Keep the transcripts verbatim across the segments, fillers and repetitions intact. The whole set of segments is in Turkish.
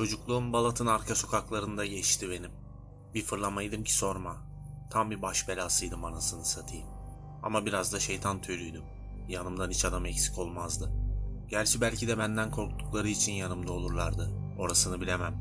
Çocukluğum Balat'ın arka sokaklarında geçti benim. Bir fırlamaydım ki sorma. Tam bir baş belasıydım anasını satayım. Ama biraz da şeytan tüylüydüm. Yanımdan hiç adam eksik olmazdı. Gerçi belki de benden korktukları için yanımda olurlardı. Orasını bilemem.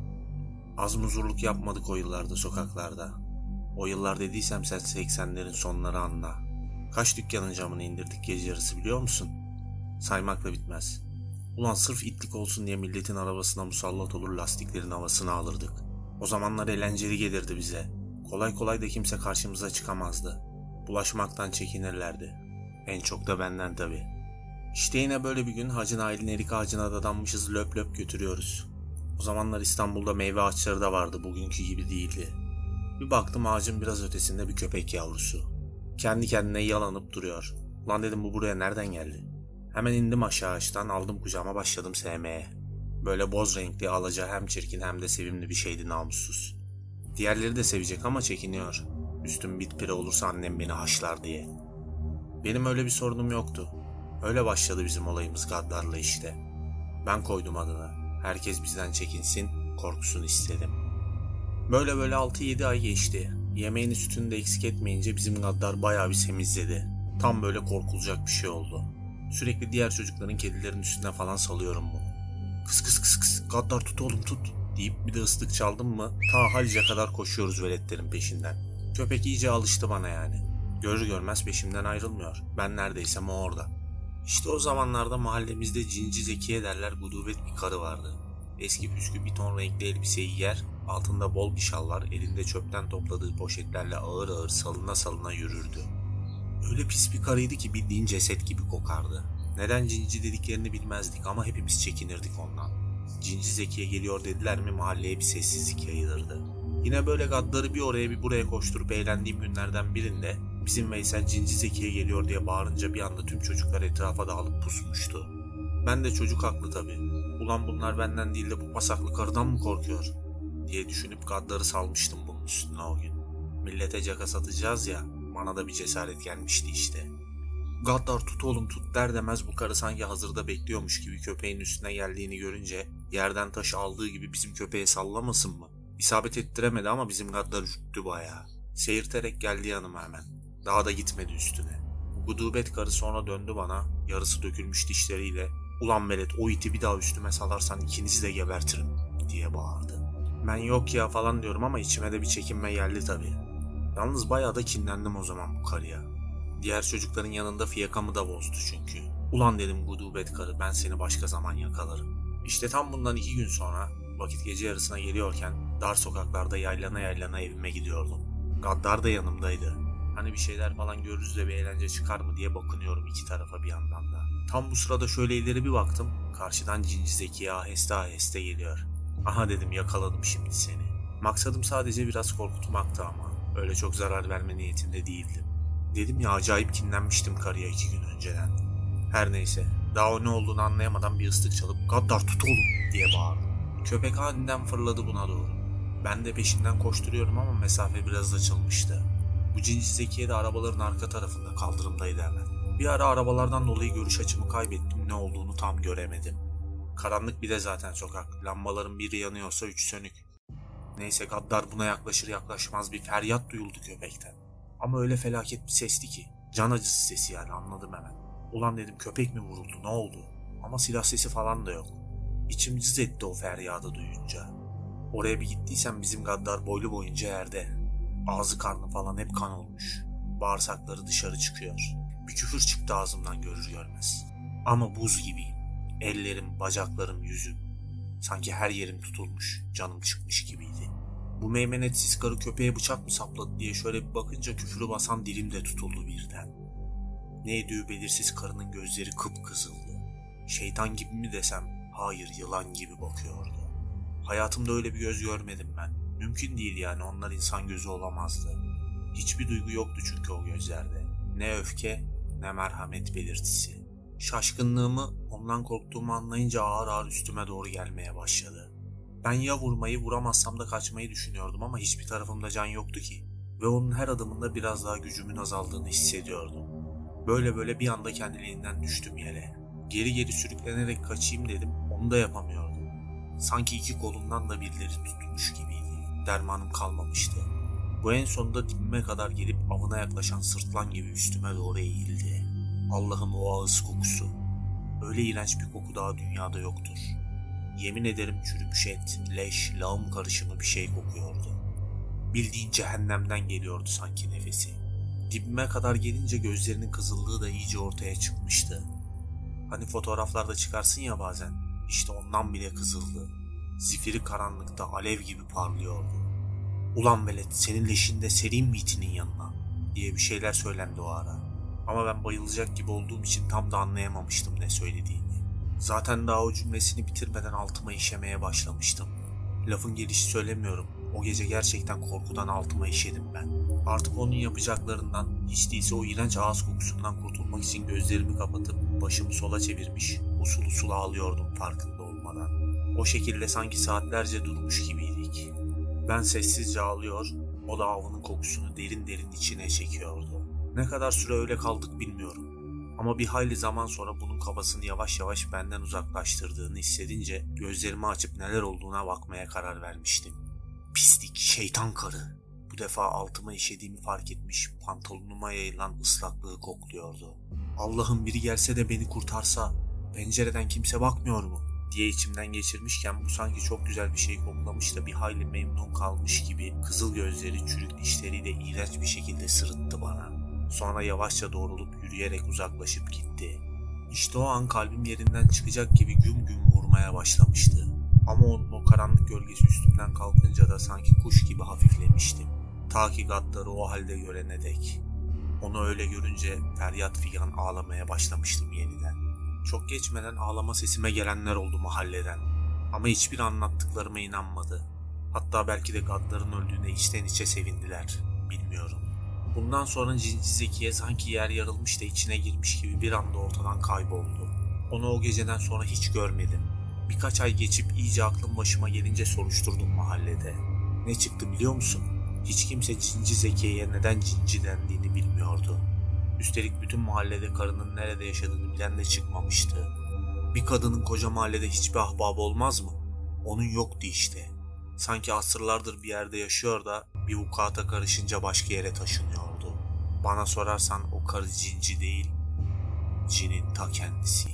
Az muzurluk yapmadık o yıllarda sokaklarda. O yıllar dediysem sen seksenlerin sonları anla. Kaç dükkanın camını indirdik gece yarısı biliyor musun? Saymakla bitmez. Ulan sırf itlik olsun diye milletin arabasına musallat olur lastiklerin havasını alırdık. O zamanlar eğlenceli gelirdi bize. Kolay kolay da kimse karşımıza çıkamazdı. Bulaşmaktan çekinirlerdi. En çok da benden tabii. İşte yine böyle bir gün Hacı Nail'in erik ağacına dadanmışız, löp löp götürüyoruz. O zamanlar İstanbul'da meyve ağaçları da vardı, bugünkü gibi değildi. Bir baktım ağacın biraz ötesinde bir köpek yavrusu. Kendi kendine yalanıp duruyor. Ulan dedim bu buraya nereden geldi? Hemen indim aşağı ağaçtan, aldım kucağıma, başladım sevmeye. Böyle boz renkli, alaca, hem çirkin hem de sevimli bir şeydi namussuz. Diğerleri de sevecek ama çekiniyor. Üstüm bit pire olursa annem beni haşlar diye. Benim öyle bir sorunum yoktu. Öyle başladı bizim olayımız gaddarla işte. Ben koydum adını. Herkes bizden çekinsin, korksun istedim. Böyle böyle altı yedi ay geçti. Yemeğini sütünü de eksik etmeyince bizim gaddar bayağı bir semizledi. Tam böyle korkulacak bir şey oldu. Sürekli diğer çocukların kedilerin üstüne falan salıyorum bunu. Kıs kıs kıs kıs, gaddar tut oğlum tut deyip bir de ıslık çaldım mı ta Halice kadar koşuyoruz veletlerin peşinden. Köpek iyice alıştı bana yani. Görür görmez peşimden ayrılmıyor. Ben neredeysem o orada. İşte o zamanlarda mahallemizde Cinci Zekiye derler gudubet bir karı vardı. Eski püskü bir ton renkli elbiseyi giyer, altında bol bir şallar, elinde çöpten topladığı poşetlerle ağır ağır salına salına yürürdü. Öyle pis bir karıydı ki bildiğin ceset gibi kokardı. Neden Cinci dediklerini bilmezdik ama hepimiz çekinirdik ondan. Cinci Zekiye geliyor dediler mi mahalleye bir sessizlik yayılırdı. Yine böyle gaddarı bir oraya bir buraya koşturup eğlendiğim günlerden birinde bizim Veysel Cinci Zekiye geliyor diye bağırınca bir anda tüm çocuklar etrafa dağılıp pusmuştu. Ben de çocuk haklı tabii. Ulan bunlar benden değil de bu pasaklı karıdan mı korkuyor diye düşünüp gaddarı salmıştım bunun üstüne o gün. Millete caka satacağız ya, bana da bir cesaret gelmişti işte. Gaddar tut oğlum tut der demez bu karı sanki hazırda bekliyormuş gibi köpeğin üstüne geldiğini görünce yerden taş aldığı gibi bizim köpeğe sallamasın mı? İsabet ettiremedi ama bizim gaddar ürktü bayağı. Seyirterek geldi yanıma hemen. Daha da gitmedi üstüne. Bu gudubet karı sonra döndü bana, yarısı dökülmüş dişleriyle "Ulan velet o iti bir daha üstüme salarsan ikinizi de gebertirim" diye bağırdı. Ben yok ya falan diyorum ama içime de bir çekinme geldi tabii. Yalnız bayağı da kinlendim o zaman bu karıya. Diğer çocukların yanında fiyakamı da bozdu çünkü. Ulan dedim gudubet karı, ben seni başka zaman yakalarım. İşte tam bundan iki gün sonra vakit gece yarısına geliyorken dar sokaklarda yaylana yaylana evime gidiyordum. Gaddar da yanımdaydı. Hani bir şeyler falan görürüz de bir eğlence çıkar mı diye bakınıyorum iki tarafa bir yandan da. Tam bu sırada şöyle ileri bir baktım. Karşıdan Cinci Zekiye aheste aheste geliyor. Aha dedim yakaladım şimdi seni. Maksadım sadece biraz korkutmaktı ama öyle çok zarar verme niyetinde değildim. Dedim ya acayip kinlenmiştim karıya iki gün önceden. Her neyse daha o ne olduğunu anlayamadan bir ıslık çalıp "Gaddar tut oğlum" diye bağırdı. Köpek aniden fırladı buna doğru. Ben de peşinden koşturuyorum ama mesafe biraz açılmıştı. Bu Cinci Zekiye de arabaların arka tarafında kaldırımdaydı hemen. Bir ara arabalardan dolayı görüş açımı kaybettim, ne olduğunu tam göremedim. Karanlık bir de zaten sokak. Lambaların biri yanıyorsa üç sönük. Neyse gaddar buna yaklaşır yaklaşmaz bir feryat duyuldu köpekten. Ama öyle felaket bir sesti ki. Can acısı sesi yani, anladım hemen. Ulan dedim köpek mi vuruldu, ne oldu? Ama silah sesi falan da yok. İçim cız etti o feryadı duyunca. Oraya bir gittiysem bizim gaddar boylu boyunca yerde. Ağzı karnı falan hep kan olmuş. Bağırsakları dışarı çıkıyor. Bir küfür çıktı ağzımdan görür görmez. Ama buz gibiyim. Ellerim, bacaklarım, yüzüm. Sanki her yerim tutulmuş, canım çıkmış gibiydi. Bu meymenetsiz karı köpeğe bıçak mı sapladı diye şöyle bir bakınca küfürü basan dilim de tutuldu birden. Neydi belirsiz karının gözleri kıpkızıldı. Şeytan gibi mi desem, hayır yılan gibi bakıyordu. Hayatımda öyle bir göz görmedim ben. Mümkün değil yani, onlar insan gözü olamazdı. Hiçbir duygu yoktu çünkü o gözlerde. Ne öfke ne merhamet belirtisi. Şaşkınlığımı ondan korktuğumu anlayınca ağır ağır üstüme doğru gelmeye başladı. Ben ya vurmayı vuramazsam da kaçmayı düşünüyordum ama hiçbir tarafımda can yoktu ki. Ve onun her adımında biraz daha gücümün azaldığını hissediyordum. Böyle böyle bir anda kendiliğinden düştüm yere. Geri geri sürüklenerek kaçayım dedim, onu da yapamıyordum. Sanki iki kolumdan da birileri tutmuş gibiydi. Dermanım kalmamıştı. Bu en sonunda dibime kadar gelip avına yaklaşan sırtlan gibi üstüme doğru eğildi. Allah'ım, o ağız kokusu. Öyle iğrenç bir koku daha dünyada yoktur. Yemin ederim çürümüş et, leş, lağım karışımı bir şey kokuyordu. Bildiğin cehennemden geliyordu sanki nefesi. Dibime kadar gelince gözlerinin kızıllığı da iyice ortaya çıkmıştı. Hani fotoğraflarda çıkarsın ya bazen, işte ondan bile kızıldı. Zifiri karanlıkta alev gibi parlıyordu. "Ulan velet, senin leşinde sereyim mi itinin yanına?" diye bir şeyler söylendi o ara. Ama ben bayılacak gibi olduğum için tam da anlayamamıştım ne söylediğini. Zaten daha o cümlesini bitirmeden altıma işemeye başlamıştım. Lafın gelişi söylemiyorum. O gece gerçekten korkudan altıma işedim ben. Artık onun yapacaklarından, hiç değilse o iğrenç ağız kokusundan kurtulmak için gözlerimi kapatıp başımı sola çevirmiş, usul usul ağlıyordum farkında olmadan. O şekilde sanki saatlerce durmuş gibiydik. Ben sessizce ağlıyor, o da avının kokusunu derin derin içine çekiyordu. Ne kadar süre öyle kaldık bilmiyorum. Ama bir hayli zaman sonra bunun kafasını yavaş yavaş benden uzaklaştırdığını hissedince gözlerimi açıp neler olduğuna bakmaya karar vermiştim. Pislik, şeytan karı. Bu defa altıma işediğimi fark etmiş, pantolonuma yayılan ıslaklığı kokluyordu. Allah'ım, biri gelse de beni kurtarsa, pencereden kimse bakmıyor mu diye içimden geçirmişken bu sanki çok güzel bir şey koklamış da bir hayli memnun kalmış gibi kızıl gözleri çürük dişleriyle iğrenç bir şekilde sırıttı bana. Sonra yavaşça doğrulup yürüyerek uzaklaşıp gitti. İşte o an kalbim yerinden çıkacak gibi güm güm vurmaya başlamıştı. Ama onun o karanlık gölgesi üstümden kalkınca da sanki kuş gibi hafiflemiştim. Ta ki Gaddar'ı o halde görene dek. Onu öyle görünce feryat figan ağlamaya başlamıştım yeniden. Çok geçmeden ağlama sesime gelenler oldu mahalleden. Ama hiçbir anlattıklarıma inanmadı. Hatta belki de Gaddar'ın öldüğüne içten içe sevindiler. Bilmiyorum. Bundan sonra Cinci Zeki'ye sanki yer yarılmış da içine girmiş gibi bir anda ortadan kayboldu. Onu o geceden sonra hiç görmedim. Birkaç ay geçip iyice aklım başıma gelince soruşturdum mahallede. Ne çıktı biliyor musun? Hiç kimse Cinci Zeki'ye neden Cinci dendiğini bilmiyordu. Üstelik bütün mahallede karının nerede yaşadığını bilen de çıkmamıştı. Bir kadının koca mahallede hiçbir ahbabı olmaz mı? Onun yoktu işte. Sanki asırlardır bir yerde yaşıyor da bir vukuata karışınca başka yere taşınıyordu. Bana sorarsan o karı cinci değil, cinin ta kendisi.